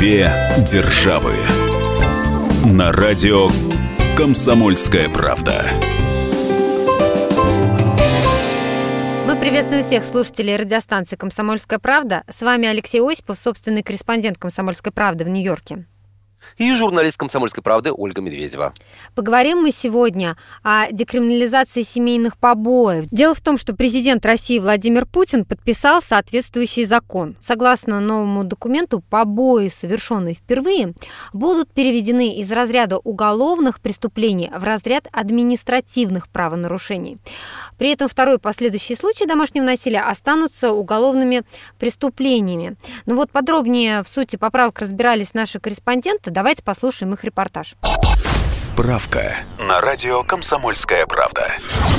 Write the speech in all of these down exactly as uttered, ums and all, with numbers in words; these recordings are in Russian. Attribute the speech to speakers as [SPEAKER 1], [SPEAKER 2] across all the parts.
[SPEAKER 1] Две державы. На радио «Комсомольская правда».
[SPEAKER 2] Мы приветствуем всех слушателей радиостанции «Комсомольская правда». С вами Алексей Осипов, собственный корреспондент «Комсомольской правды» в Нью-Йорке.
[SPEAKER 3] И журналист «Комсомольской правды» Ольга Медведева.
[SPEAKER 2] Поговорим мы сегодня о декриминализации семейных побоев. Дело в том, что президент России Владимир Путин подписал соответствующий закон. Согласно новому документу, побои, совершенные впервые, будут переведены из разряда уголовных преступлений в разряд административных правонарушений. При этом второй и последующие случаи домашнего насилия останутся уголовными преступлениями. Ну вот подробнее в сути поправок разбирались наши корреспонденты. Давайте послушаем их репортаж.
[SPEAKER 1] Справка на радио «Комсомольская правда».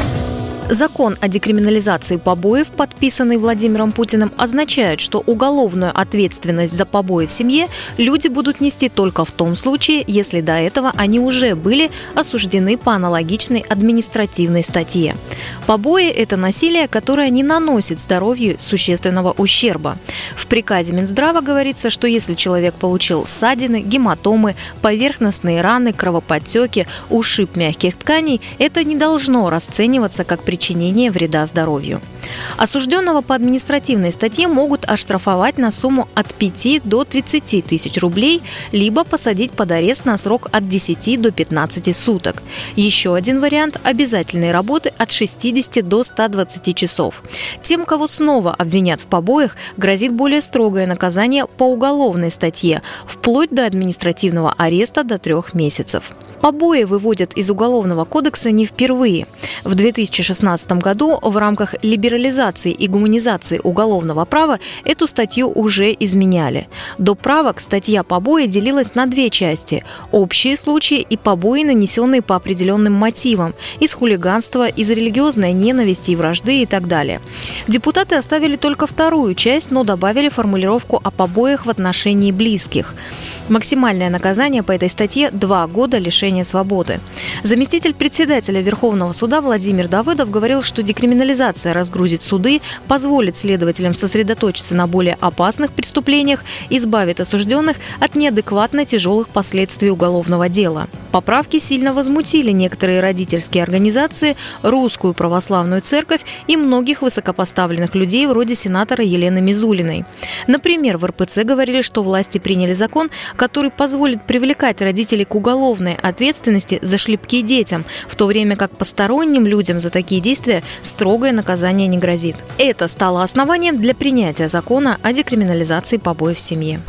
[SPEAKER 4] Закон о декриминализации побоев, подписанный Владимиром Путиным, означает, что уголовную ответственность за побои в семье люди будут нести только в том случае, если до этого они уже были осуждены по аналогичной административной статье. Побои – это насилие, которое не наносит здоровью существенного ущерба. В приказе Минздрава говорится, что если человек получил ссадины, гематомы, поверхностные раны, кровоподтеки, ушиб мягких тканей, это не должно расцениваться как причинение причинение вреда здоровью. Осужденного по административной статье могут оштрафовать на сумму от пяти до тридцати тысяч рублей, либо посадить под арест на срок от десяти до пятнадцати суток. Еще один вариант – обязательной работы от шестидесяти до ста двадцати часов. Тем, кого снова обвинят в побоях, грозит более строгое наказание по уголовной статье, вплоть до административного ареста до трех месяцев. Побои выводят из Уголовного кодекса не впервые. В две тысячи шестнадцатом году в рамках либерализации и гуманизации уголовного права эту статью уже изменяли. До правок статья побои делилась на две части – общие случаи и побои, нанесенные по определенным мотивам – из хулиганства, из религиозной ненависти и вражды и так далее. Депутаты оставили только вторую часть, но добавили формулировку о побоях в отношении близких. Максимальное наказание по этой статье – два года лишения свободы. Заместитель председателя Верховного суда Владимир Давыдов говорил, что декриминализация разгрузит суды, позволит следователям сосредоточиться на более опасных преступлениях, избавит осужденных от неадекватно тяжелых последствий уголовного дела. Поправки сильно возмутили некоторые родительские организации, Русскую православную церковь и многих высокопоставленных людей вроде сенатора Елены Мизулиной. Например, в эр пэ цэ говорили, что власти приняли закон, который позволит привлекать родителей к уголовной ответственности за шлепки детям, в то время как посторонним людям за такие действия строгое наказание не грозит. Это стало основанием для принятия закона о декриминализации побоев в семье.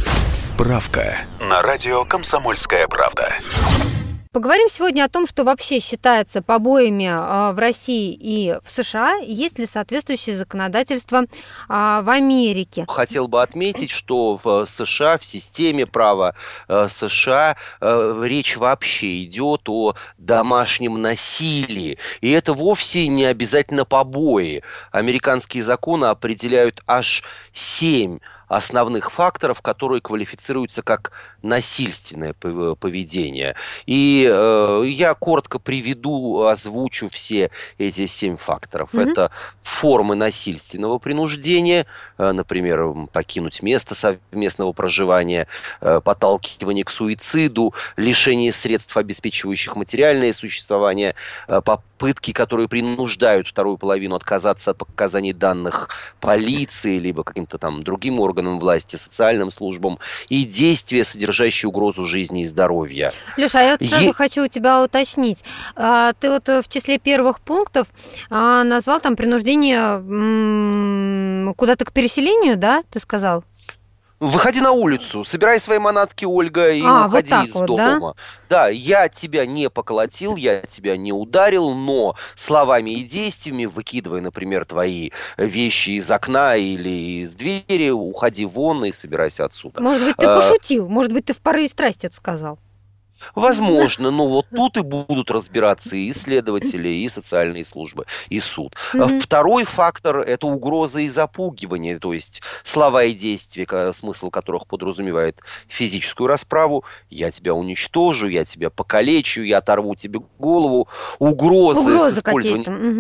[SPEAKER 1] Справка на радио «Комсомольская правда».
[SPEAKER 2] Поговорим сегодня о том, что вообще считается побоями в России и в США, есть ли соответствующее законодательство в Америке.
[SPEAKER 3] Хотел бы отметить, что в США, в системе права США, речь вообще идет о домашнем насилии. И это вовсе не обязательно побои. Американские законы определяют аж семь основных факторов, которые квалифицируются как насильственное поведение. И э, я коротко приведу, озвучу все эти семь факторов. Mm-hmm. Это формы насильственного принуждения, э, например, покинуть место совместного проживания, э, подталкивание к суициду, лишение средств, обеспечивающих материальное существование, э, попытки, которые принуждают вторую половину отказаться от показаний данных полиции, либо каким-то там другим органам власти, социальным службам, и действия, содержащие угрозу жизни и здоровья.
[SPEAKER 2] Леша, а я вот сразу
[SPEAKER 3] е...
[SPEAKER 2] хочу у тебя уточнить. Ты вот в числе первых пунктов назвал там принуждение куда-то к переселению, да, ты сказал?
[SPEAKER 3] Выходи на улицу, собирай свои манатки, Ольга, и
[SPEAKER 2] а,
[SPEAKER 3] уходи
[SPEAKER 2] вот
[SPEAKER 3] из
[SPEAKER 2] вот,
[SPEAKER 3] дома. Да? да, я тебя не поколотил, я тебя не ударил, но словами и действиями, выкидывая, например, твои вещи из окна или из двери, уходи вон и собирайся отсюда.
[SPEAKER 2] Может быть, ты пошутил, может быть, ты в порыве страсти это сказал.
[SPEAKER 3] Возможно, но вот тут и будут разбираться и следователи, и социальные службы, и суд. Mm-hmm. Второй фактор – это угроза и запугивание, то есть слова и действия, смысл которых подразумевает физическую расправу. Я тебя уничтожу, я тебя покалечу, я оторву тебе голову. Угрозы,
[SPEAKER 2] Угрозы
[SPEAKER 3] с использованием...
[SPEAKER 2] какие-то. Mm-hmm.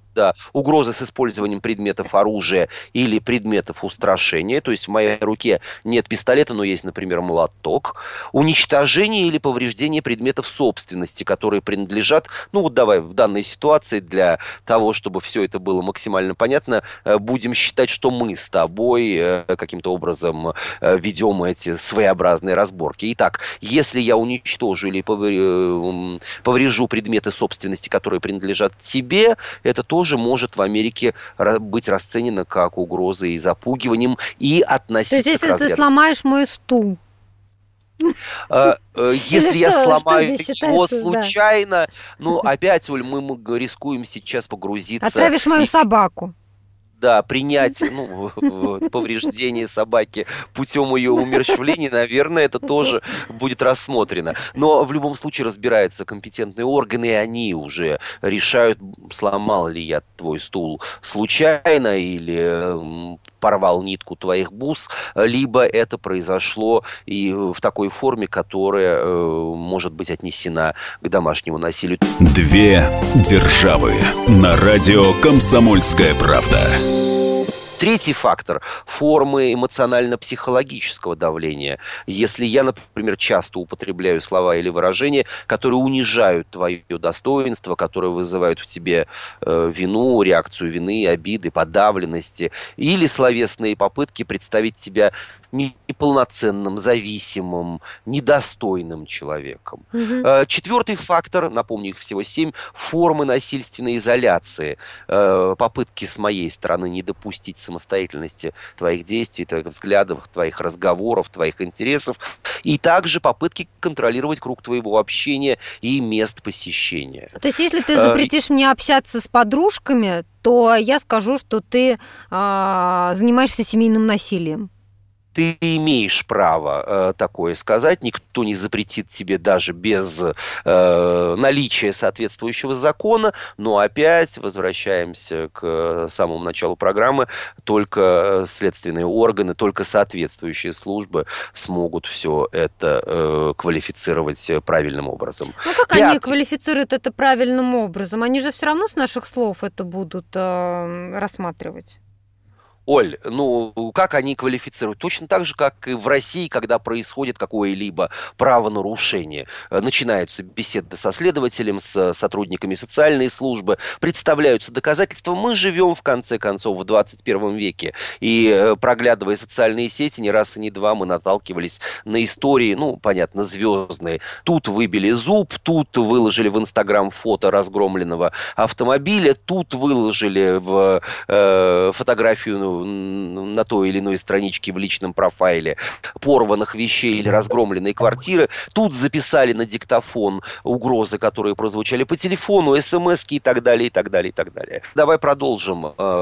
[SPEAKER 3] Да, угрозы с использованием предметов оружия или предметов устрашения, то есть в моей руке нет пистолета, но есть, например, молоток, уничтожение или повреждение предметов собственности, которые принадлежат, ну вот давай в данной ситуации для того, чтобы все это было максимально понятно, будем считать, что мы с тобой каким-то образом ведем эти своеобразные разборки. Итак, если я уничтожу или поврежу предметы собственности, которые принадлежат тебе, это тоже может в Америке быть расценено как угрозой и запугиванием и относиться
[SPEAKER 2] к разряду. То есть, если
[SPEAKER 3] ты
[SPEAKER 2] сломаешь мой стул?
[SPEAKER 3] Если я сломаю его случайно, ну, опять, Оль, мы рискуем сейчас погрузиться...
[SPEAKER 2] Отравишь мою собаку.
[SPEAKER 3] Да, принять ну, повреждение собаки путем ее умерщвления, наверное, это тоже будет рассмотрено. Но в любом случае разбираются компетентные органы, и они уже решают, сломал ли я твой стул случайно или порвал нитку твоих бус, либо это произошло и в такой форме, которая э, может быть отнесена к домашнему насилию.
[SPEAKER 1] Две державы на радио «Комсомольская правда».
[SPEAKER 3] Третий фактор – формы эмоционально-психологического давления. Если я, например, часто употребляю слова или выражения, которые унижают твое достоинство, которые вызывают в тебе э, вину, реакцию вины, обиды, подавленности, или словесные попытки представить тебя неполноценным, зависимым, недостойным человеком. Угу. Четвертый фактор, напомню, их всего семь, формы насильственной изоляции. Попытки с моей стороны не допустить самостоятельности твоих действий, твоих взглядов, твоих разговоров, твоих интересов. И также попытки контролировать круг твоего общения и мест посещения.
[SPEAKER 2] То есть, если ты запретишь а... мне общаться с подружками, то я скажу, что ты а, занимаешься семейным насилием.
[SPEAKER 3] Ты имеешь право э, такое сказать, никто не запретит тебе даже без э, наличия соответствующего закона, но опять возвращаемся к самому началу программы, только следственные органы, только соответствующие службы смогут все это э, квалифицировать правильным образом.
[SPEAKER 2] Ну как Я... они квалифицируют это правильным образом? Они же все равно с наших слов это будут э, рассматривать.
[SPEAKER 3] Оль, ну, как они квалифицируют? Точно так же, как и в России, когда происходит какое-либо правонарушение. Начинаются беседы со следователем, с сотрудниками социальной службы, представляются доказательства. Мы живем, в конце концов, в двадцать первом веке. И, проглядывая социальные сети, не раз и не два мы наталкивались на истории, ну, понятно, звездные. Тут выбили зуб, тут выложили в Инстаграм фото разгромленного автомобиля, тут выложили в э, фотографию на той или иной страничке в личном профайле порванных вещей или разгромленной квартиры. Тут записали на диктофон угрозы, которые прозвучали по телефону, смски и так далее, и так далее, и так далее. Давай продолжим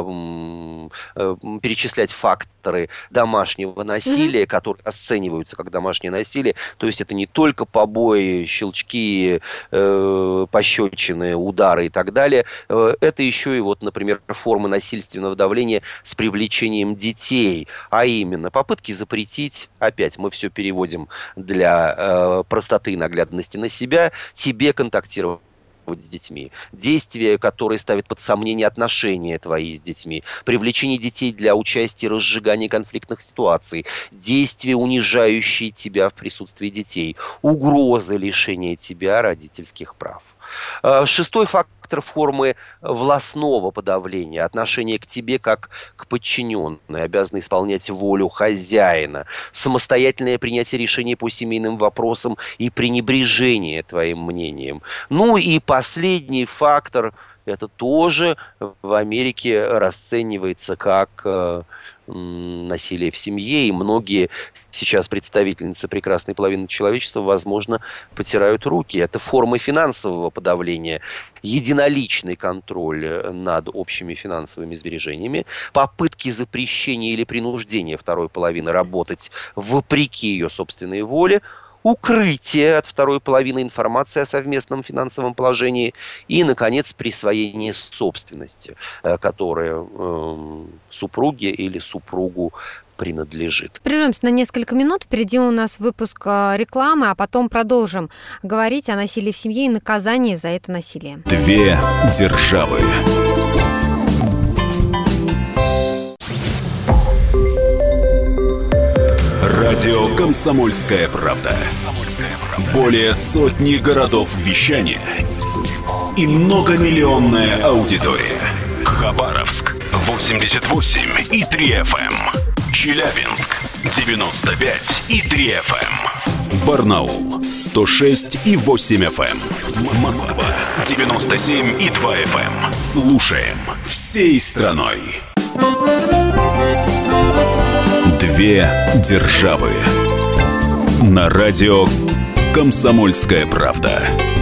[SPEAKER 3] э, э, перечислять факторы домашнего насилия, mm-hmm. которые расцениваются как домашнее насилие. То есть это не только побои, щелчки, э, пощечины, удары и так далее. Э, это еще и вот, например, формы насильственного давления с привлечением детей, а именно попытки запретить, опять мы все переводим для э, простоты и наглядности на себя, тебе контактировать с детьми, действия, которые ставят под сомнение отношения твои с детьми, привлечение детей для участия и разжигания конфликтных ситуаций, действия, унижающие тебя в присутствии детей, угрозы лишения тебя родительских прав. Шестой фактор формы властного подавления, отношение к тебе как к подчиненной, обязаны исполнять волю хозяина, самостоятельное принятие решений по семейным вопросам и пренебрежение твоим мнением. Ну и последний фактор, это тоже в Америке расценивается как э, насилие в семье, и многие сейчас представительницы прекрасной половины человечества, возможно, потирают руки. Это формы финансового подавления, единоличный контроль над общими финансовыми сбережениями, попытки запрещения или принуждения второй половины работать вопреки ее собственной воле, укрытие от второй половины информации о совместном финансовом положении и, наконец, присвоение собственности, которая э, супруге или супругу принадлежит.
[SPEAKER 2] Прервемся на несколько минут. Впереди у нас выпуск рекламы, а потом продолжим говорить о насилии в семье и наказании за это насилие.
[SPEAKER 1] Две державы. Радио «Комсомольская правда». Более сотни городов вещания и многомиллионная аудитория. Хабаровск восемьдесят восемь и три эф эм. Челябинск девяносто пять и три эф эм. Барнаул сто шесть и восемь эф эм. Москва девяносто семь и два эф эм. Слушаем всей страной. Две державы. На радио «Комсомольская правда».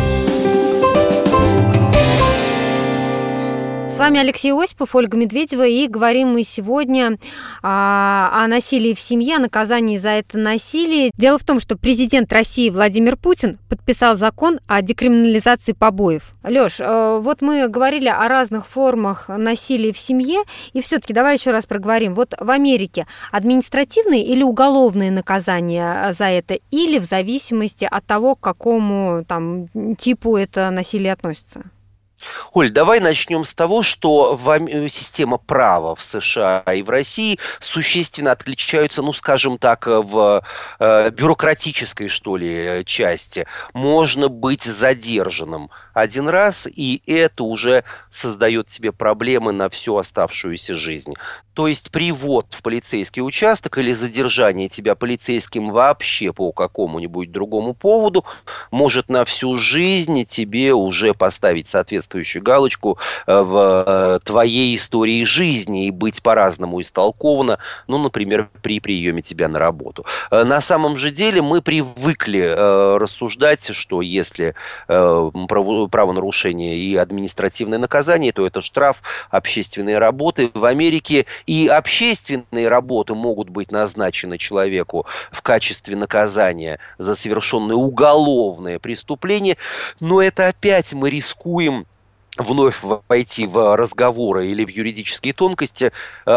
[SPEAKER 2] С вами Алексей Осипов, Ольга Медведева, и говорим мы сегодня а, о насилии в семье, о наказании за это насилие. Дело в том, что президент России Владимир Путин подписал закон о декриминализации побоев. Лёш, а, вот мы говорили о разных формах насилия в семье, и все-таки давай еще раз проговорим. Вот в Америке административные или уголовные наказания за это, или в зависимости от того, к какому там типу это насилие относится?
[SPEAKER 3] Оль, давай начнем с того, что система права в США и в России существенно отличаются, ну, скажем так, в э, бюрократической, что ли, части. Можно быть задержанным один раз, и это уже создает тебе проблемы на всю оставшуюся жизнь. То есть привод в полицейский участок или задержание тебя полицейским вообще по какому-нибудь другому поводу может на всю жизнь тебе уже поставить соответствующую галочку в твоей истории жизни и быть по-разному истолковано, ну, например, при приеме тебя на работу. На самом же деле мы привыкли рассуждать, что если правонарушение и административное наказание, то это штраф, общественные работы. В Америке и общественные работы могут быть назначены человеку в качестве наказания за совершенное уголовное преступление, но это опять мы рискуем вновь войти в разговоры или в юридические тонкости.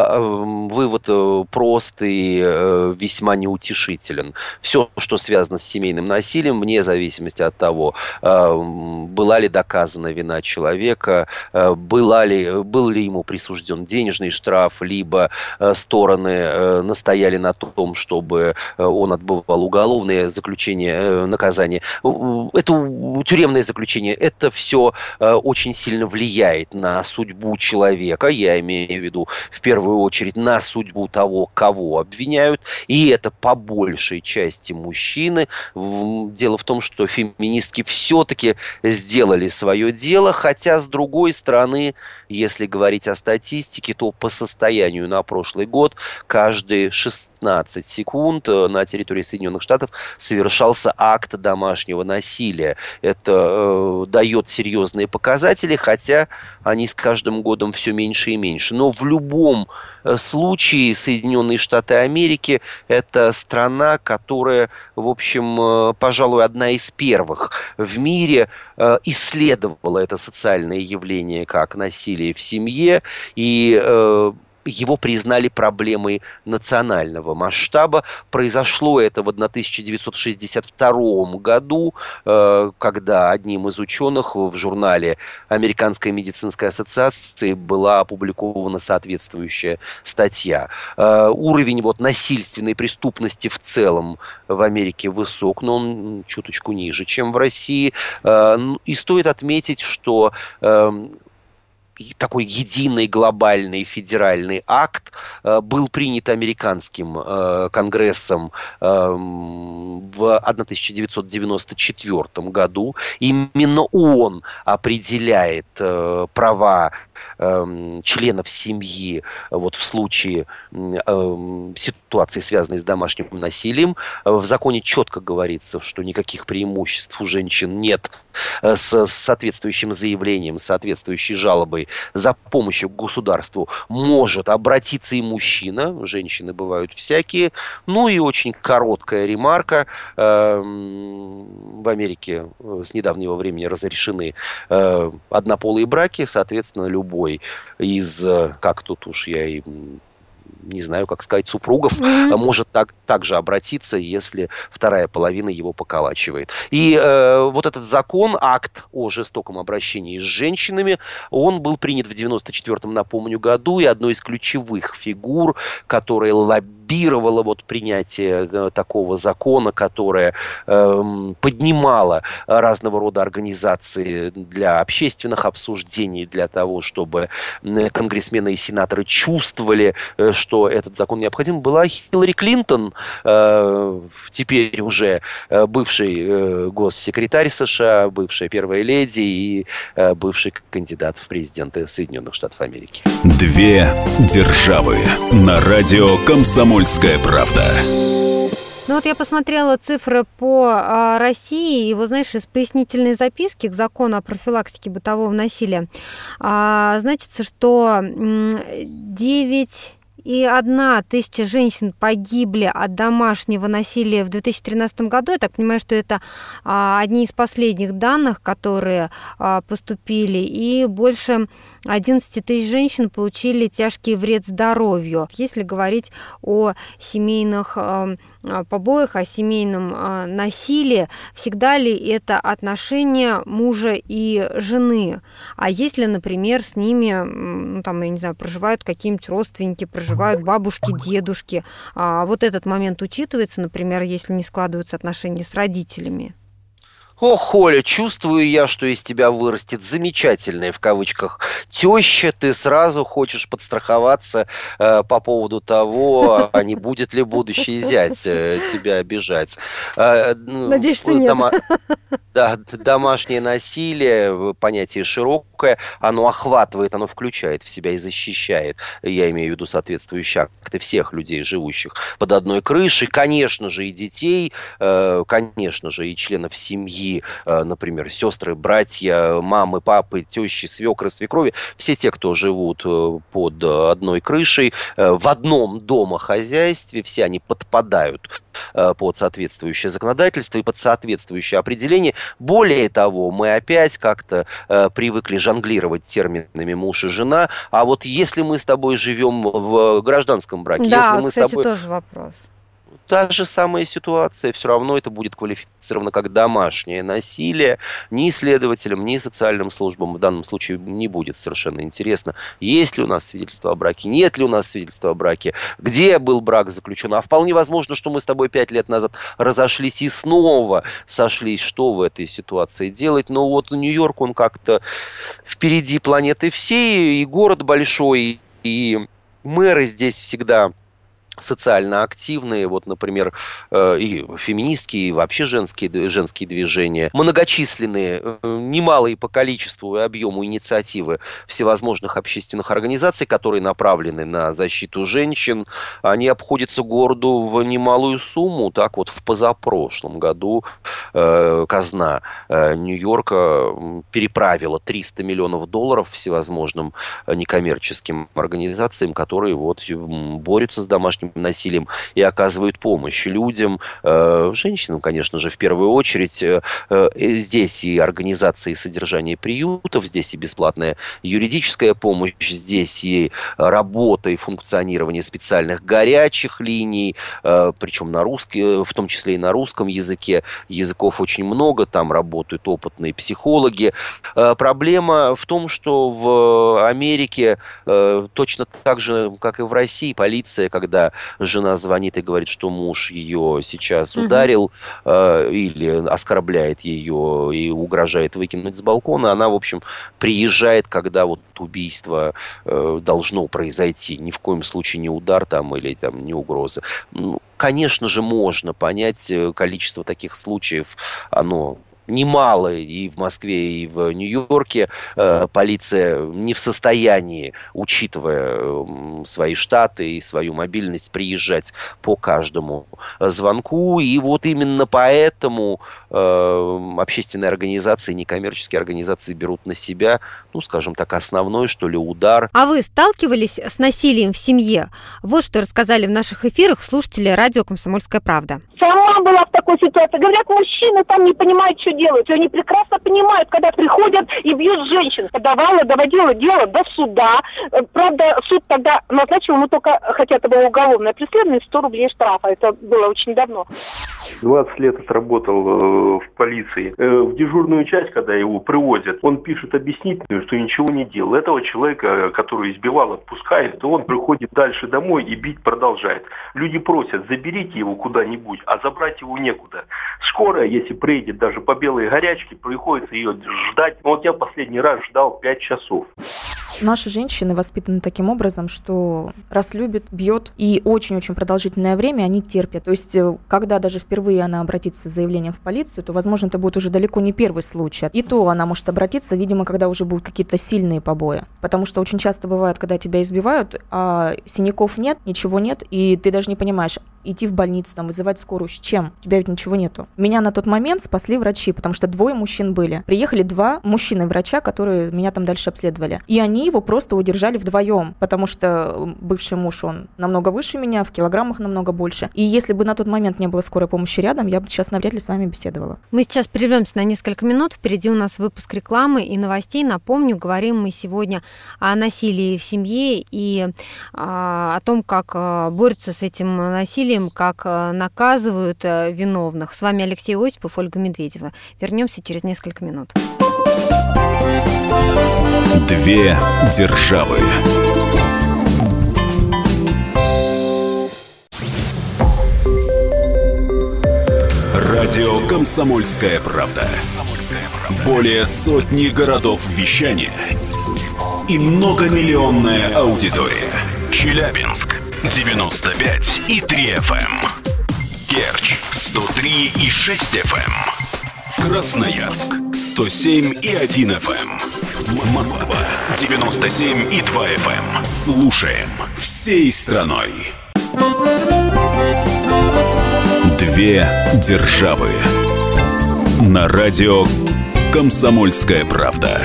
[SPEAKER 3] Вывод прост и весьма неутешителен. Все, что связано с семейным насилием, вне зависимости от того, была ли доказана вина человека, была ли, был ли ему присужден денежный штраф, либо стороны настояли на том, чтобы он отбывал уголовное заключение, наказание. Это тюремное заключение, это все очень сильно сильно влияет на судьбу человека, я имею в виду в первую очередь на судьбу того, кого обвиняют, и это по большей части мужчины. Дело в том, что феминистки все-таки сделали свое дело, хотя, с другой стороны, если говорить о статистике, то по состоянию на прошлый год каждые шестнадцать секунд на территории Соединенных Штатов совершался акт домашнего насилия. Это э, дает серьезные показатели, хотя они с каждым годом все меньше и меньше. Но в любом случае Соединенные Штаты Америки – это страна, которая, в общем, пожалуй, одна из первых в мире исследовала это социальное явление как насилие в семье, и его признали проблемой национального масштаба. Произошло это в тысяча девятьсот шестьдесят втором году, когда одним из ученых в журнале Американской медицинской ассоциации была опубликована соответствующая статья. Уровень вот насильственной преступности в целом в Америке высок, но он чуточку ниже, чем в России. И стоит отметить, что такой единый глобальный федеральный акт э, был принят американским э, конгрессом э, в тысяча девятьсот девяносто четвёртом году. Именно он определяет э, права э, членов семьи вот, в случае э, ситуации, связанной с домашним насилием. В законе четко говорится, что никаких преимуществ у женщин нет. С соответствующим заявлением, соответствующей жалобой за помощью к государству может обратиться и мужчина. Женщины бывают всякие. Ну и очень короткая ремарка. В Америке с недавнего времени разрешены однополые браки. Соответственно, любой из, как тут уж я и не знаю, как сказать, супругов, mm-hmm. может так, так же обратиться, если вторая половина его поколачивает. И э, вот этот закон, акт о жестоком обращении с женщинами, он был принят в девяносто четвёртом, напомню, году, и одной из ключевых фигур, которая лоббировала вот принятие э, такого закона, которая э, поднимала разного рода организации для общественных обсуждений, для того, чтобы конгрессмены и сенаторы чувствовали, что этот закон необходим, была Хиллари Клинтон, э, теперь уже бывший э, госсекретарь США, бывшая первая леди и э, бывший кандидат в президенты Соединенных Штатов Америки.
[SPEAKER 1] Две державы на радио «Комсомольская правда».
[SPEAKER 2] Ну вот я посмотрела цифры по а, России, и вот, знаешь, из пояснительной записки к закону о профилактике бытового насилия а, значится, что девять и одна тысяча женщин погибли от домашнего насилия в две тысячи тринадцатом году. Я так понимаю, что это а, одни из последних данных, которые а, поступили, и больше одиннадцать тысяч женщин получили тяжкий вред здоровью. Если говорить о семейных а, побоях, о семейном а, насилии, всегда ли это отношения мужа и жены? А если, например, с ними, ну, там, я не знаю, проживают какие-нибудь родственники, проживают бабушки, дедушки, а вот этот момент учитывается, например, если не складываются отношения с родителями?
[SPEAKER 3] Ох, Оля, чувствую я, что из тебя вырастет замечательная, в кавычках, теща. Ты сразу хочешь подстраховаться э, по поводу того, а не будет ли будущий зять э, тебя обижать. Э,
[SPEAKER 2] Надеюсь, что нет.
[SPEAKER 3] Дома... Да, домашнее насилие, понятие широкое, оно охватывает, оно включает в себя и защищает, я имею в виду соответствующие акты всех людей, живущих под одной крышей, конечно же, и детей, э, конечно же, и членов семьи, например, сестры, братья, мамы, папы, тещи, свекры, свекрови, все те, кто живут под одной крышей, в одном домохозяйстве, все они подпадают под соответствующее законодательство и под соответствующее определение. Более того, мы опять как-то привыкли жонглировать терминами муж и жена, а вот если мы с тобой живем в гражданском браке,
[SPEAKER 2] да,
[SPEAKER 3] если мы
[SPEAKER 2] кстати,
[SPEAKER 3] с тобой...
[SPEAKER 2] тоже вопрос.
[SPEAKER 3] Та же самая ситуация, все равно это будет квалифицировано как домашнее насилие. Ни следователям, ни социальным службам в данном случае не будет совершенно интересно, есть ли у нас свидетельство о браке, нет ли у нас свидетельства о браке, где был брак заключен. А вполне возможно, что мы с тобой пять лет назад разошлись и снова сошлись. Что в этой ситуации делать? Но вот Нью-Йорк, он как-то впереди планеты всей, и город большой, и мэры здесь всегда социально активные, вот, например, э, и феминистки, и вообще женские, женские движения, многочисленные, э, немалые по количеству и объему инициативы всевозможных общественных организаций, которые направлены на защиту женщин, они обходятся городу в немалую сумму. Так вот, в позапрошлом году э, казна э, Нью-Йорка переправила триста миллионов долларов всевозможным некоммерческим организациям, которые вот борются с домашним насилием и оказывают помощь людям, э, женщинам, конечно же, в первую очередь. Э, э, здесь и организации содержания приютов, здесь и бесплатная юридическая помощь, здесь и работа и функционирование специальных горячих линий, э, причем на русский, в том числе и на русском языке. Языков очень много, там работают опытные психологи. Э, проблема в том, что в Америке э, точно так же, как и в России, полиция, когда жена звонит и говорит, что муж ее сейчас ударил э, или оскорбляет ее и угрожает выкинуть с балкона, она, в общем, приезжает, когда вот убийство э, должно произойти. Ни в коем случае не удар там или там не угроза. Ну, конечно же, можно понять количество таких случаев, оно немало и в Москве, и в Нью-Йорке. Полиция не в состоянии, учитывая свои штаты и свою мобильность, приезжать по каждому звонку. И вот именно поэтому общественные организации, некоммерческие организации берут на себя, ну, скажем так, основной, что ли, удар.
[SPEAKER 2] А вы сталкивались с насилием в семье? Вот что рассказали в наших эфирах слушатели радио «Комсомольская правда».
[SPEAKER 5] Сама была в такой ситуации. Говорят, мужчины там не понимают, что делают. И они прекрасно понимают, когда приходят и бьют женщин. Подавала, доводила дело до суда. Правда, суд тогда назначил ему только, хотя это было уголовное преследование, сто рублей штрафа. Это было очень давно.
[SPEAKER 6] двадцать лет отработал э, в полиции. Э, в дежурную часть, когда его привозят, он пишет объяснительную, что ничего не делал. Этого человека, который избивал, отпускает, то он приходит дальше домой и бить продолжает. Люди просят, заберите его куда-нибудь, а забрать его некуда. Скорая, если приедет даже по белой горячке, приходится ее ждать. Вот я последний раз ждал пять часов.
[SPEAKER 7] Наши женщины воспитаны таким образом, что раз любит, бьет, и очень-очень продолжительное время они терпят. То есть, когда даже впервые она обратится с заявлением в полицию, то, возможно, это будет уже далеко не первый случай. И то она может обратиться, видимо, когда уже будут какие-то сильные побои. Потому что очень часто бывает, когда тебя избивают, а синяков нет, ничего нет, и ты даже не понимаешь, идти в больницу, там, вызывать скорую, с чем? У тебя ведь ничего нету. Меня на тот момент спасли врачи, потому что двое мужчин были. Приехали два мужчины-врача, которые меня там дальше обследовали. И они его просто удержали вдвоем, потому что бывший муж, он намного выше меня, в килограммах намного больше. И если бы на тот момент не было скорой помощи рядом, я бы сейчас навряд ли с вами беседовала.
[SPEAKER 2] Мы сейчас прервемся на несколько минут. Впереди у нас выпуск рекламы и новостей. Напомню, говорим мы сегодня о насилии в семье и а, о том, как а, борются с этим насилием, как а, наказывают а, виновных. С вами Алексей Осипов, Ольга Медведева. Вернемся через несколько минут.
[SPEAKER 1] Две державы. Радио «Комсомольская правда». Более сотни городов вещания и многомиллионная аудитория. Челябинск девяносто пять и три эф эм, Керчь сто три и шесть эф эм, Красноярск сто семь и один эф эм, Москва девяносто семь и два эф эм. Слушаем всей страной. Две державы. На радио «Комсомольская правда».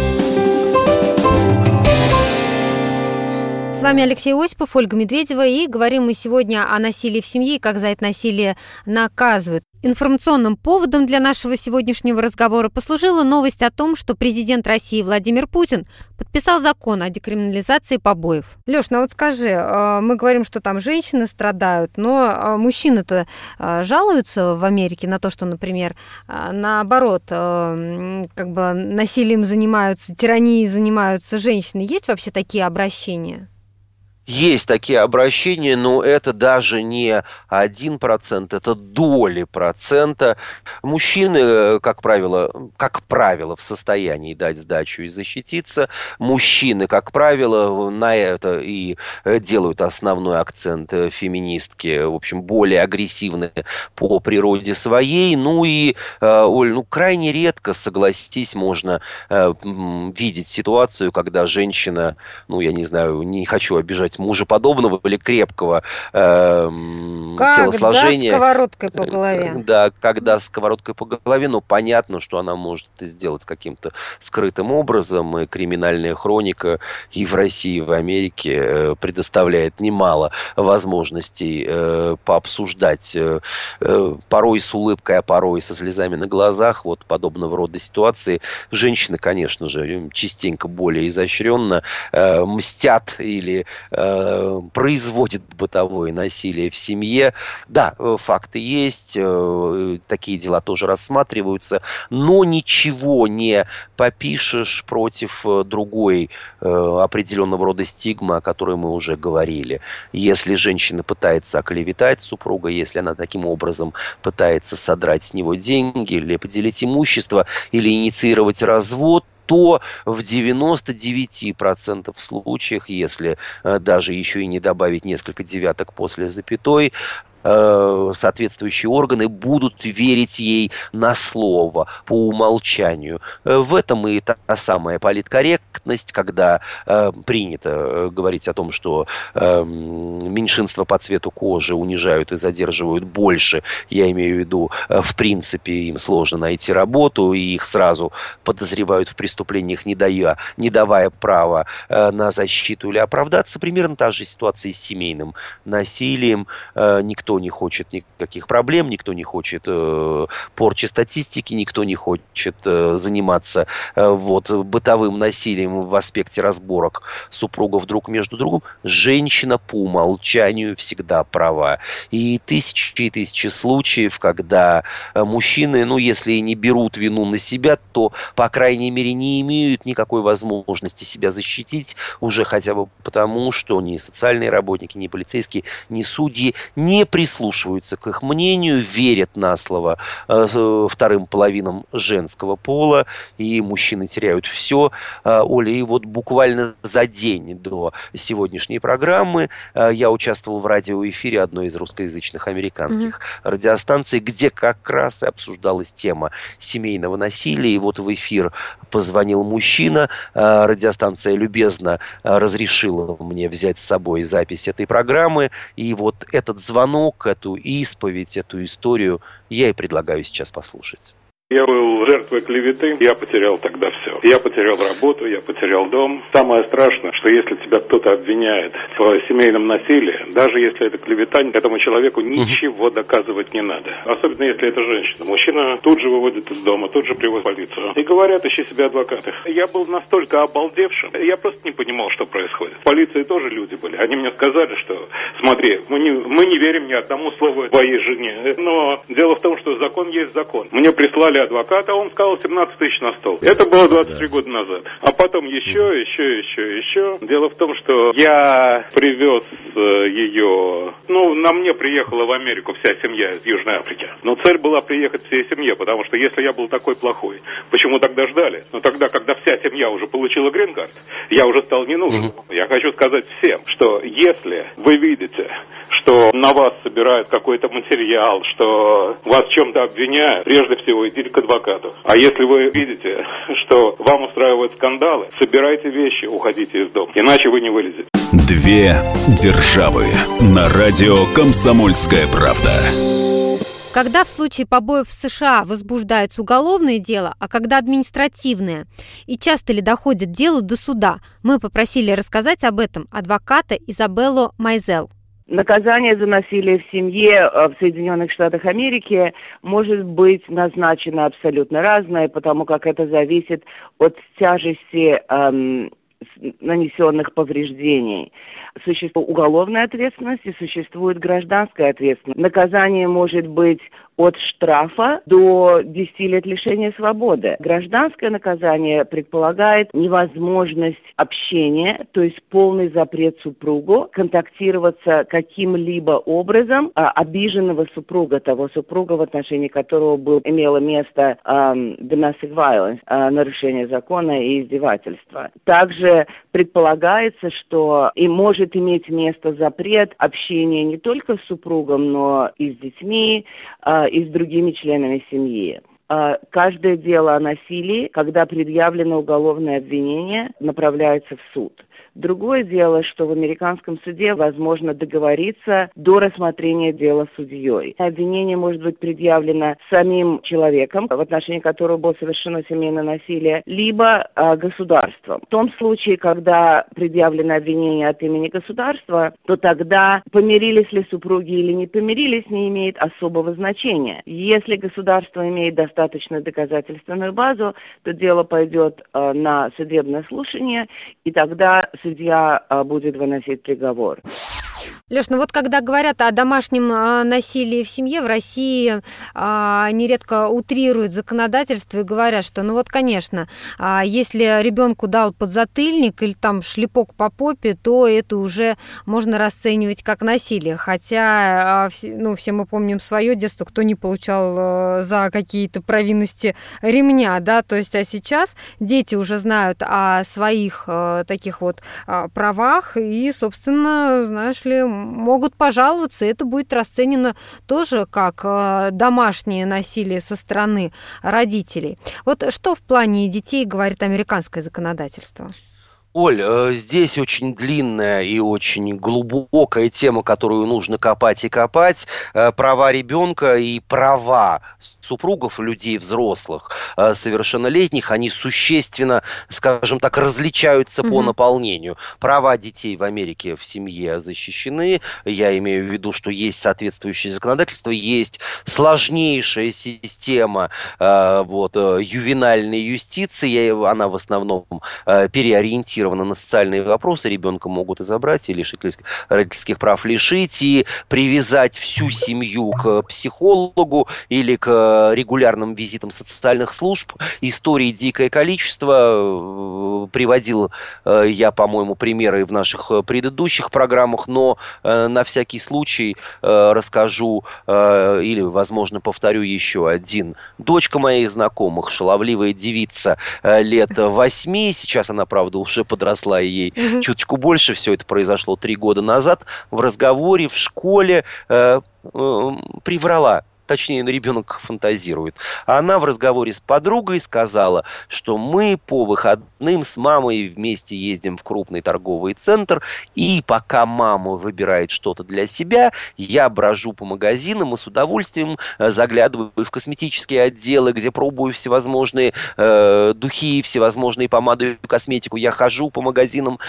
[SPEAKER 2] С вами Алексей Осипов, Ольга Медведева, и говорим мы сегодня о насилии в семье и как за это насилие наказывают. Информационным поводом для нашего сегодняшнего разговора послужила новость о том, что президент России Владимир Путин подписал закон о декриминализации побоев. Лёш, ну вот скажи, мы говорим, что там женщины страдают, но мужчины-то жалуются в Америке на то, что, например, наоборот, как бы насилием занимаются, тиранией занимаются женщины. Есть вообще такие обращения?
[SPEAKER 3] Есть такие обращения, но это даже не один процент, это доли процента. Мужчины, как правило, как правило, в состоянии дать сдачу и защититься. Мужчины, как правило, на это и делают основной акцент феминистки, в общем, более агрессивные по природе своей. Ну и, Оль, ну крайне редко, согласитесь, можно видеть ситуацию, когда женщина, ну я не знаю, не хочу обижать мужеподобного или крепкого э, телосложения.
[SPEAKER 2] Когда сковородкой по голове.
[SPEAKER 3] Да, когда сковородкой по голове, но понятно, что она может это сделать каким-то скрытым образом. И криминальная хроника и в России, и в Америке э, предоставляет немало возможностей э, пообсуждать э, э, порой с улыбкой, а порой со слезами на глазах вот подобного рода ситуации. Женщины, конечно же, частенько более изощренно э, мстят или э, производит бытовое насилие в семье. Да, факты есть, такие дела тоже рассматриваются, но ничего не попишешь против другой определенного рода стигмы, о которой мы уже говорили. Если женщина пытается оклеветать супруга, если она таким образом пытается содрать с него деньги или поделить имущество, или инициировать развод, то в девяноста девяти процентах случаев, если э, даже еще и не добавить несколько девяток после запятой, э, соответствующие органы будут верить ей на слово по умолчанию. В этом и та самая политкорректность, когда э, принято говорить о том, что э, меньшинства по цвету кожи унижают и задерживают больше. Я имею в виду, э, в принципе, им сложно найти работу, и их сразу подозревают в преступлениях, не дая, не давая права э, на защиту или оправдаться. Примерно та же ситуация и с семейным насилием. Э, никто никто не хочет никаких проблем, никто не хочет э, порчи статистики, никто не хочет э, заниматься э, вот, бытовым насилием в аспекте разборок супругов друг между другом. Женщина по умолчанию всегда права. И тысячи и тысячи случаев, когда мужчины, ну, если и не берут вину на себя, то, по крайней мере, не имеют никакой возможности себя защитить, уже хотя бы потому, что ни социальные работники, ни полицейские, ни судьи не прислушиваются к их мнению, верят на слово э, вторым половинам женского пола, и мужчины теряют все. Э, Оля, и вот буквально за день до сегодняшней программы э, я участвовал в радиоэфире одной из русскоязычных американских mm-hmm. радиостанций, где как раз и обсуждалась тема семейного насилия. И вот в эфир позвонил мужчина, э, радиостанция любезно э, разрешила мне взять с собой запись этой программы, и вот этот звонок, эту исповедь, эту историю я и предлагаю сейчас послушать.
[SPEAKER 8] Я был жертвой клеветы, я потерял тогда все. Я потерял работу, я потерял дом. Самое страшное, что если тебя кто-то обвиняет в семейном насилии, даже если это клевета, этому человеку ничего доказывать не надо. Особенно если это женщина. Мужчина тут же выводит из дома, тут же приводит в полицию. И говорят, ищи себе адвоката. Я был настолько обалдевшим, я просто не понимал, что происходит. В полиции тоже люди были. Они мне сказали, что смотри, мы не, мы не верим ни одному слову твоей жене. Но дело в том, что закон есть закон. Мне прислали адвоката, он сказал семнадцать тысяч на стол. Это было двадцать три года назад. А потом еще, еще, еще, еще. Дело в том, что я привез ее... Ну, на мне приехала в Америку вся семья из Южной Африки. Но цель была приехать всей семье, потому что если я был такой плохой, почему тогда ждали? Но тогда, когда вся семья уже получила грин-карт, я уже стал не нужен. Mm-hmm. Я хочу сказать всем, что если вы видите, что на вас собирают какой-то материал, что вас в чем-то обвиняют, прежде всего идите к адвокату. А если вы видите, что вам устраивают скандалы, собирайте вещи, уходите из дома, иначе вы не вылезете.
[SPEAKER 1] Две державы на радио «Комсомольская правда».
[SPEAKER 2] Когда в случае побоев в США возбуждается уголовное дело, а когда административное? И часто ли доходит дело до суда? Мы попросили рассказать об этом адвоката Изабеллу Майзел.
[SPEAKER 9] Наказание за насилие в семье в Соединенных Штатах Америки может быть назначено абсолютно разное, потому как это зависит от тяжести эм, нанесенных повреждений. Существует уголовная ответственность и существует гражданская ответственность. Наказание может быть от штрафа до десяти лет лишения свободы. Гражданское наказание предполагает невозможность общения, то есть полный запрет супругу контактироваться каким-либо образом а, обиженного супруга, того супруга, в отношении которого был, имело место um, domestic violence, uh, нарушение закона и издевательства. Также предполагается, что и может иметь место запрет общения не только с супругом, но и с детьми, uh, и с другими членами семьи. Каждое дело о насилии, когда предъявлено уголовное обвинение, направляется в суд. Другое дело, что в американском суде возможно договориться до рассмотрения дела судьей. Обвинение может быть предъявлено самим человеком, в отношении которого было совершено семейное насилие, либо э, государством. В том случае, когда предъявлено обвинение от имени государства, то тогда помирились ли супруги или не помирились, не имеет особого значения. Если государство имеет достаточную доказательственную базу, то дело пойдет э, на судебное слушание, и тогда судья а, будет выносить приговор.
[SPEAKER 2] Лёш, ну вот когда говорят о домашнем а, насилии в семье, в России а, нередко утрируют законодательство и говорят, что ну вот, конечно, а, если ребенку дал подзатыльник или там шлепок по попе, то это уже можно расценивать как насилие. Хотя, а, ну, все мы помним свое детство, кто не получал а, за какие-то провинности ремня, да, то есть, а сейчас дети уже знают о своих а, таких вот а, правах и, собственно, знаешь ли, могут пожаловаться, и это будет расценено тоже как э, домашнее насилие со стороны родителей. Вот что в плане детей говорит американское законодательство?
[SPEAKER 3] Оль, здесь очень длинная и очень глубокая тема, которую нужно копать и копать. Права ребенка и права супругов, людей взрослых, совершеннолетних, они существенно, скажем так, различаются mm-hmm. по наполнению. Права детей в Америке в семье защищены. Я имею в виду, что есть соответствующее законодательство, есть сложнейшая система вот, ювенальной юстиции. Она в основном переориентирована на социальные вопросы, ребенка могут и забрать, и лишить родительских прав лишить, и привязать всю семью к психологу или к регулярным визитам социальных служб. Историй дикое количество. Приводил я, по-моему, примеры в наших предыдущих программах, но на всякий случай расскажу или, возможно, повторю еще один. Дочка моих знакомых, шаловливая девица лет восьми, сейчас она, правда, уже подросла, и ей угу. чуточку больше, все это произошло три года назад, в разговоре в школе э, э, приврала. Точнее, ребенок фантазирует. Она в разговоре с подругой сказала, что мы по выходным с мамой вместе ездим в крупный торговый центр, и пока мама выбирает что-то для себя, я брожу по магазинам и с удовольствием заглядываю в косметические отделы, где пробую всевозможные э, духи, всевозможные помады и косметику. Я хожу по магазинам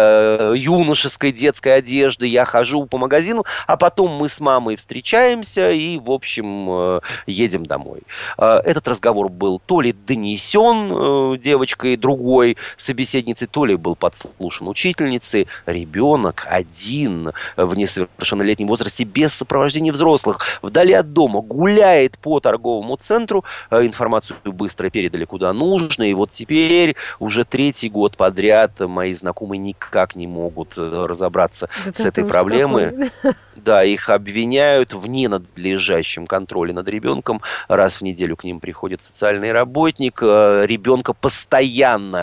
[SPEAKER 3] э, юношеской, детской одежды, я хожу по магазинам, а потом мы с мамой встречаемся и, в общем, едем домой. Этот разговор был то ли донесен девочкой другой собеседницей, то ли был подслушан учительницей. Ребенок один в несовершеннолетнем возрасте без сопровождения взрослых, вдали от дома, гуляет по торговому центру. Информацию быстро передали куда нужно. И вот теперь уже третий год подряд мои знакомые никак не могут разобраться да с этой проблемой. Да, их обвиняют в ненадлежащем контроле над ребенком. Раз в неделю к ним приходит социальный работник. Ребенка постоянно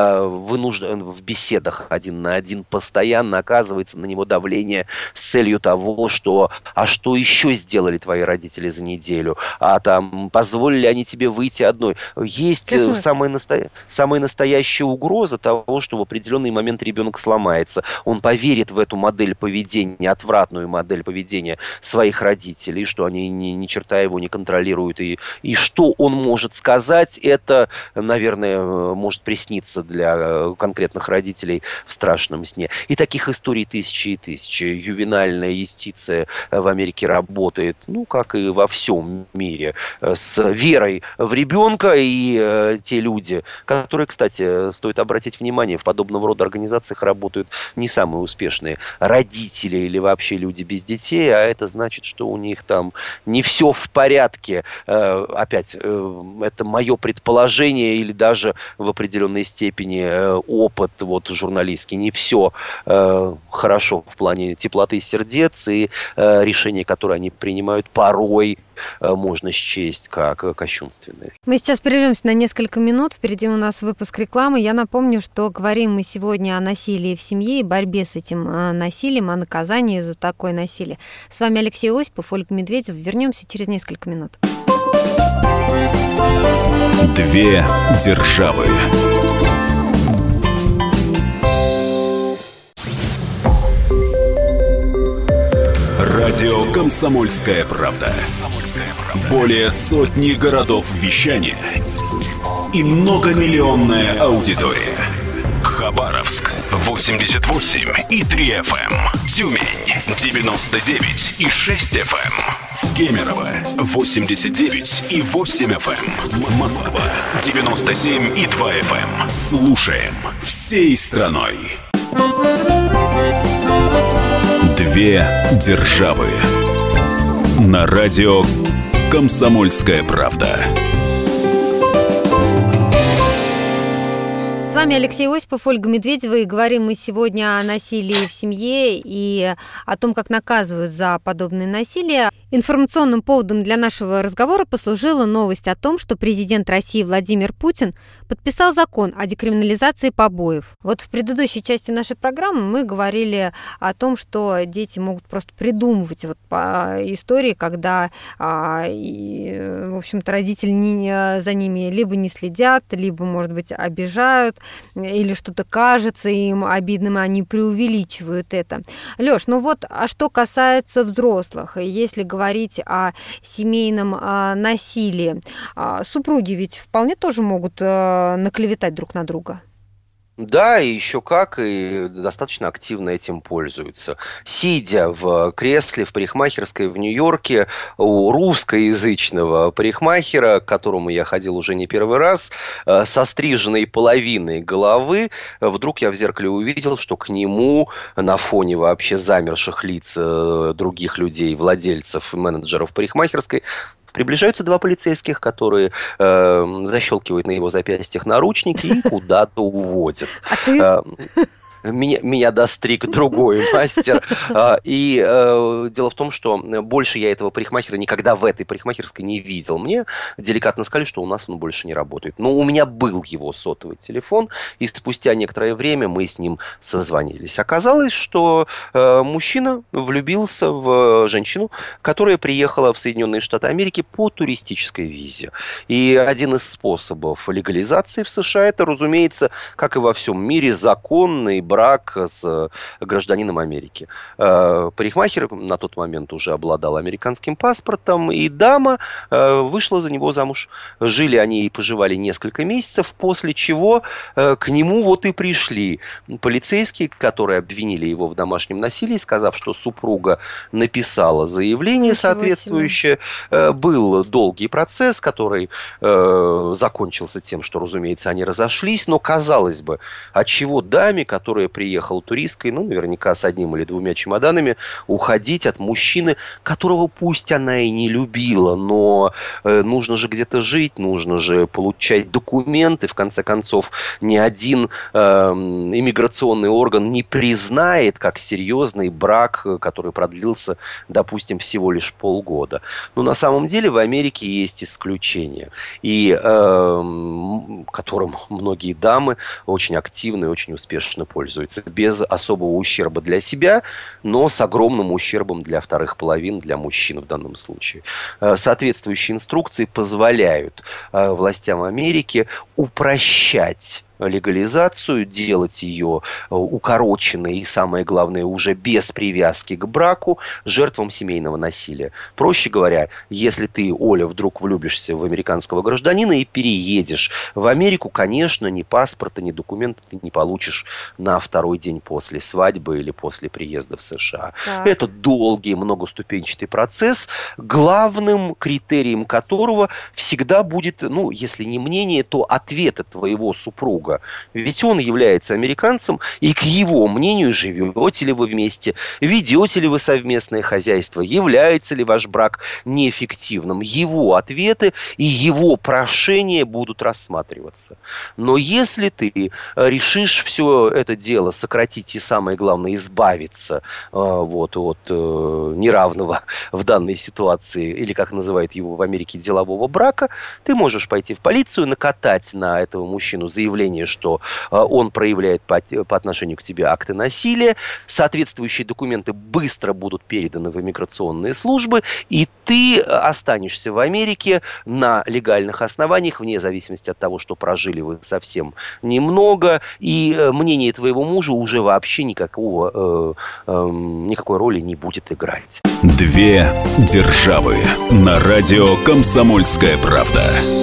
[SPEAKER 3] вынужден в беседах один на один, постоянно оказывается на него давление с целью того, что а что еще сделали твои родители за неделю? А там позволили они тебе выйти одной? Есть самая, насто... самая настоящая угроза того, что в определенный момент ребенок сломается. Он поверит в эту модель поведения, отвратную модель поведения своих родителей, что они ни, ни черта его не контролируют. И, и что он может сказать, это, наверное, может присниться для конкретных родителей в страшном сне. И таких историй тысячи и тысячи. Ювенальная юстиция в Америке работает, ну, как и во всем мире, с верой в ребенка. И э, те люди, которые, кстати, стоит обратить внимание, в подобного рода организациях работают не самые успешные родители или вообще люди без детей, а это значит, что у них там не все в порядке. Э, опять, э, это мое предположение или даже в определенной степени э, опыт вот, журналистский. Не все э, хорошо в плане теплоты сердец, и э, решения, которые они принимают, порой э, можно счесть как кощунственные.
[SPEAKER 2] Мы сейчас прервемся на несколько минут. Впереди у нас выпуск рекламы. Я напомню, что говорим мы сегодня о насилии в семье и борьбе с этим насилием, о наказании за такое насилие. С вами Алексей Осипов, Ольга Медведева. Вернемся через несколько минут.
[SPEAKER 1] Две державы. Радио «Комсомольская правда». Более сотни городов вещания и многомиллионная аудитория. Хабаровск восемьдесят восемь и три эф эм, Тюмень девяносто девять и шесть эф эм, Кемерово восемьдесят девять и восемь эф эм, Москва девяносто семь и два эф эм. Слушаем всей страной. Две державы. На радио «Комсомольская правда».
[SPEAKER 2] С вами Алексей Осипов, Ольга Медведева, и говорим мы сегодня о насилии в семье и о том, как наказывают за подобное насилие. Информационным поводом для нашего разговора послужила новость о том, что президент России Владимир Путин подписал закон о декриминализации побоев. Вот в предыдущей части нашей программы мы говорили о том, что дети могут просто придумывать вот по истории, когда, а, и, в общем-то, родители не, за ними либо не следят, либо, может быть, обижают. или что-то кажется им обидным, и они преувеличивают это. Лёш, ну вот, а что касается взрослых, если говорить о семейном а, насилии, а, супруги ведь вполне тоже могут а, наклеветать друг на друга.
[SPEAKER 3] Да, и еще как, и достаточно активно этим пользуются. Сидя в кресле в парикмахерской в Нью-Йорке у русскоязычного парикмахера, к которому я ходил уже не первый раз, со стриженной половиной головы, вдруг я в зеркале увидел, что к нему на фоне вообще замерших лиц других людей, владельцев, менеджеров парикмахерской, приближаются два полицейских, которые э, защелкивают на его запястьях наручники и куда-то уводят.
[SPEAKER 2] А ты?
[SPEAKER 3] Э, Меня, меня достриг другой мастер. И э, дело в том, что больше я этого парикмахера никогда в этой парикмахерской не видел. Мне деликатно сказали, что у нас он больше не работает. Но у меня был его сотовый телефон, и спустя некоторое время мы с ним созвонились. Оказалось, что э, мужчина влюбился в женщину, которая приехала в Соединенные Штаты Америки по туристической визе. И один из способов легализации в США – это, разумеется, как и во всем мире, законный брак с гражданином Америки. Парикмахер на тот момент уже обладал американским паспортом, и дама вышла за него замуж. Жили они и поживали несколько месяцев, после чего к нему вот и пришли полицейские, которые обвинили его в домашнем насилии, сказав, что супруга написала заявление Ничего соответствующее. Себе. Был долгий процесс, который закончился тем, что, разумеется, они разошлись, но, казалось бы, отчего даме, которая приехала туристкой, ну, наверняка с одним или двумя чемоданами, уходить от мужчины, которого пусть она и не любила, но э, нужно же где-то жить, нужно же получать документы. В конце концов, ни один э, иммиграционный орган не признает как серьезный брак, который продлился, допустим, всего лишь полгода. Но на самом деле в Америке есть исключения, и э, которым многие дамы очень активно и очень успешно пользуются. Без особого ущерба для себя, но с огромным ущербом для вторых половин, для мужчин в данном случае. Соответствующие инструкции позволяют властям Америки упрощать легализацию, делать ее укороченной и, самое главное, уже без привязки к браку жертвам семейного насилия. Проще говоря, если ты, Оля, вдруг влюбишься в американского гражданина и переедешь в Америку, конечно, ни паспорта, ни документа ты не получишь на второй день после свадьбы или после приезда в США. Так. Это долгий, многоступенчатый процесс, главным критерием которого всегда будет, ну, если не мнение, то ответ от твоего супруга. Ведь он является американцем, и к его мнению, живете ли вы вместе, ведете ли вы совместное хозяйство, является ли ваш брак неэффективным. Его ответы и его прошения будут рассматриваться. Но если ты решишь все это дело сократить и, самое главное, избавиться вот, от неравного в данной ситуации, или, как называют его в Америке, делового брака, ты можешь пойти в полицию, накатать на этого мужчину заявление, что он проявляет по, по отношению к тебе акты насилия, соответствующие документы быстро будут переданы в иммиграционные службы, и ты останешься в Америке на легальных основаниях, вне зависимости от того, что прожили вы совсем немного, и мнение твоего мужа уже вообще никакого, э, э, никакой роли не будет играть.
[SPEAKER 1] Две державы на радио «Комсомольская правда».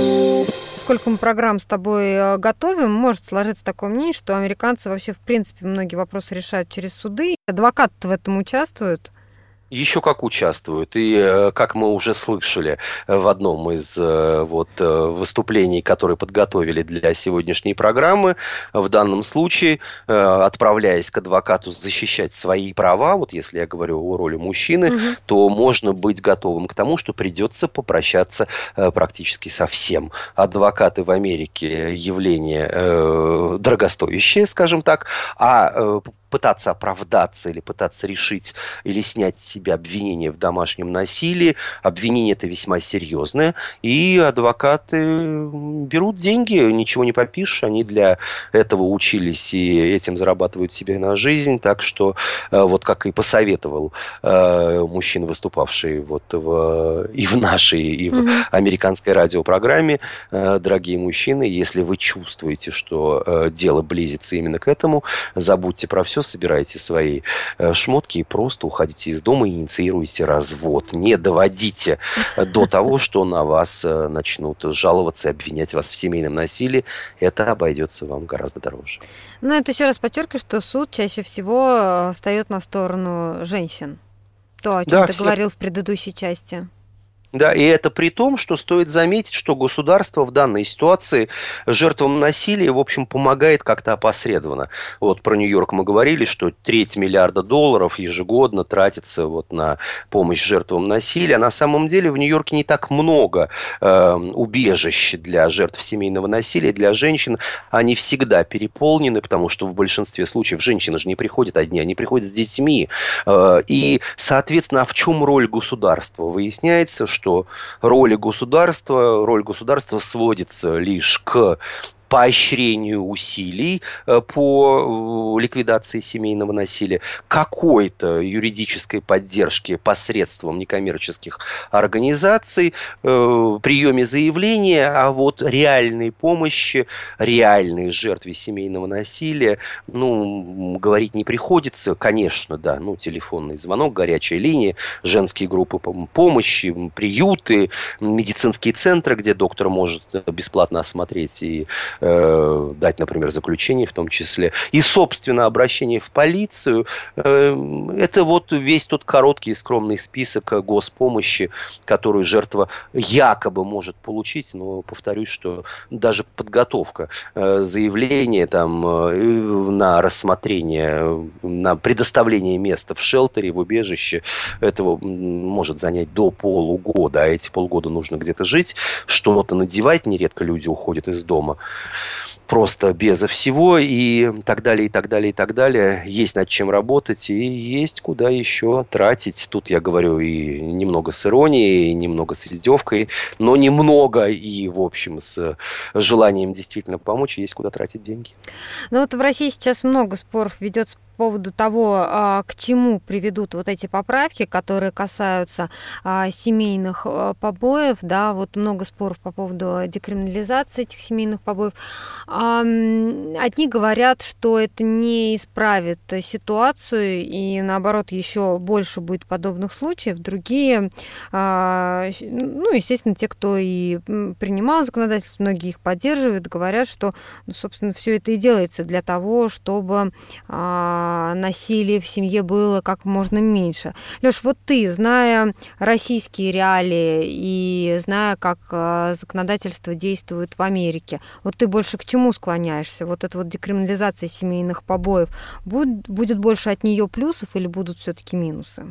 [SPEAKER 2] Сколько мы программ с тобой готовим, может сложиться такое мнение, что американцы вообще, в принципе, многие вопросы решают через суды. Адвокаты в этом участвуют?
[SPEAKER 3] Еще как участвуют. И, как мы уже слышали в одном из вот, выступлений, которые подготовили для сегодняшней программы, в данном случае, отправляясь к адвокату защищать свои права, вот если я говорю о роли мужчины, угу. то можно быть готовым к тому, что придется попрощаться практически со всем. Адвокаты в Америке явление дорогостоящее, скажем так, а пытаться оправдаться или пытаться решить или снять с себя обвинение в домашнем насилии. Обвинение это весьма серьезное, и адвокаты берут деньги, ничего не попишешь, они для этого учились и этим зарабатывают себе на жизнь, так что вот как и посоветовал мужчина, выступавший вот в, и в нашей, и в mm-hmm. американской радиопрограмме, дорогие мужчины, если вы чувствуете, что дело близится именно к этому, забудьте про все, собирайте свои шмотки и просто уходите из дома и инициируйте развод. Не доводите до того, что на вас начнут жаловаться и обвинять вас в семейном насилии. Это обойдется вам гораздо дороже.
[SPEAKER 2] Ну, это еще раз подчеркиваю, что суд чаще всего встает на сторону женщин. То, о чем
[SPEAKER 3] да,
[SPEAKER 2] ты
[SPEAKER 3] все...
[SPEAKER 2] говорил в предыдущей части.
[SPEAKER 3] Да, и это при том, что стоит заметить, что государство в данной ситуации жертвам насилия, в общем, помогает как-то опосредованно. Вот про Нью-Йорк мы говорили, что треть миллиарда долларов ежегодно тратится вот на помощь жертвам насилия. На самом деле в Нью-Йорке не так много э, убежищ для жертв семейного насилия, для женщин. Они всегда переполнены, потому что в большинстве случаев женщины же не приходят одни, они приходят с детьми. Э, и, соответственно, а в чем роль государства? Выясняется, что что роль государства, роль государства сводится лишь к поощрению усилий по ликвидации семейного насилия, какой-то юридической поддержки посредством некоммерческих организаций, приеме заявления, а вот реальной помощи, реальной жертве семейного насилия, ну, говорить не приходится, конечно, да, ну, телефонный звонок, горячая линия, женские группы помощи, приюты, медицинские центры, где доктор может бесплатно осмотреть и дать, например, заключение в том числе, и, собственно, обращение в полицию. Это вот весь тот короткий и скромный список госпомощи, которую жертва якобы может получить, но повторюсь, что даже подготовка заявления там, на рассмотрение, на предоставление места в шелтере, в убежище, этого может занять до полугода, а эти полгода нужно где-то жить, что-то надевать, нередко люди уходят из дома просто безо всего, и так далее, и так далее, и так далее. Есть над чем работать, и есть куда еще тратить. Тут я говорю и немного с иронией, и немного с издевкой, но немного и, в общем, с желанием действительно помочь, есть куда тратить деньги.
[SPEAKER 2] Ну вот в России сейчас много споров ведется по поводу того, к чему приведут вот эти поправки, которые касаются семейных побоев, да, вот много споров по поводу декриминализации этих семейных побоев. Одни говорят, что это не исправит ситуацию и, наоборот, еще больше будет подобных случаев. Другие, ну, естественно, те, кто и принимал законодательство, многие их поддерживают, говорят, что, собственно, все это и делается для того, чтобы насилия в семье было как можно меньше. Лёш, вот ты, зная российские реалии и зная, как законодательство действует в Америке, вот ты больше к чему склоняешься? Вот эта вот декриминализация семейных побоев, будет, будет больше от нее плюсов или будут все-таки минусы?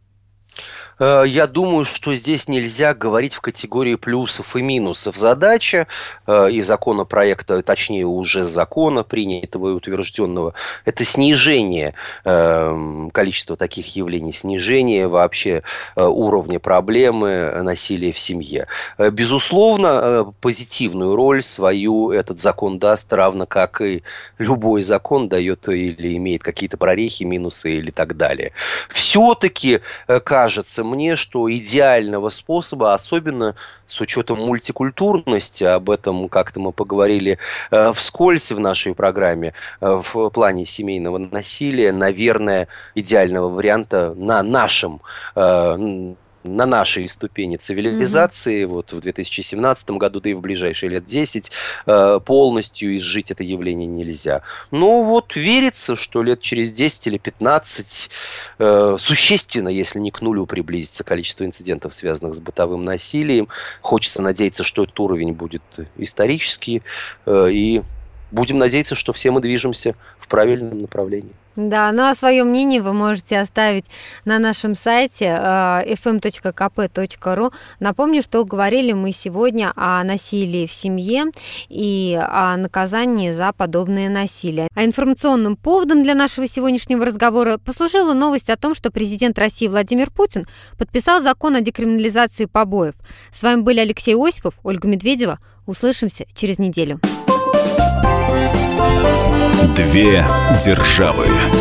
[SPEAKER 3] Я думаю, что здесь нельзя говорить в категории плюсов и минусов. Задача и законопроекта, точнее уже закона, принятого и утвержденного, это снижение количества таких явлений, снижение вообще уровня проблемы насилия в семье. Безусловно, позитивную роль свою этот закон даст, равно как и любой закон дает или имеет какие-то прорехи, минусы или так далее. Все-таки кажется мне, что идеального способа, особенно с учетом мультикультурности, об этом как-то мы поговорили э, вскользь в нашей программе, э, в плане семейного насилия, наверное, идеального варианта на нашем э, на нашей ступени цивилизации, mm-hmm. вот в две тысячи семнадцатом году, да и в ближайшие лет десять, полностью изжить это явление нельзя. Но вот верится, что лет через десять или пятнадцать существенно, если не к нулю, приблизится количество инцидентов, связанных с бытовым насилием. Хочется надеяться, что этот уровень будет исторический и будем надеяться, что все мы движемся в правильном направлении.
[SPEAKER 2] Да, ну а свое мнение вы можете оставить на нашем сайте эф эм точка ка пэ точка ру. Напомню, что говорили мы сегодня о насилии в семье и о наказании за подобное насилие. А информационным поводом для нашего сегодняшнего разговора послужила новость о том, что президент России Владимир Путин подписал закон о декриминализации побоев. С вами были Алексей Осипов, Ольга Медведева. Услышимся через неделю.
[SPEAKER 1] Две державы.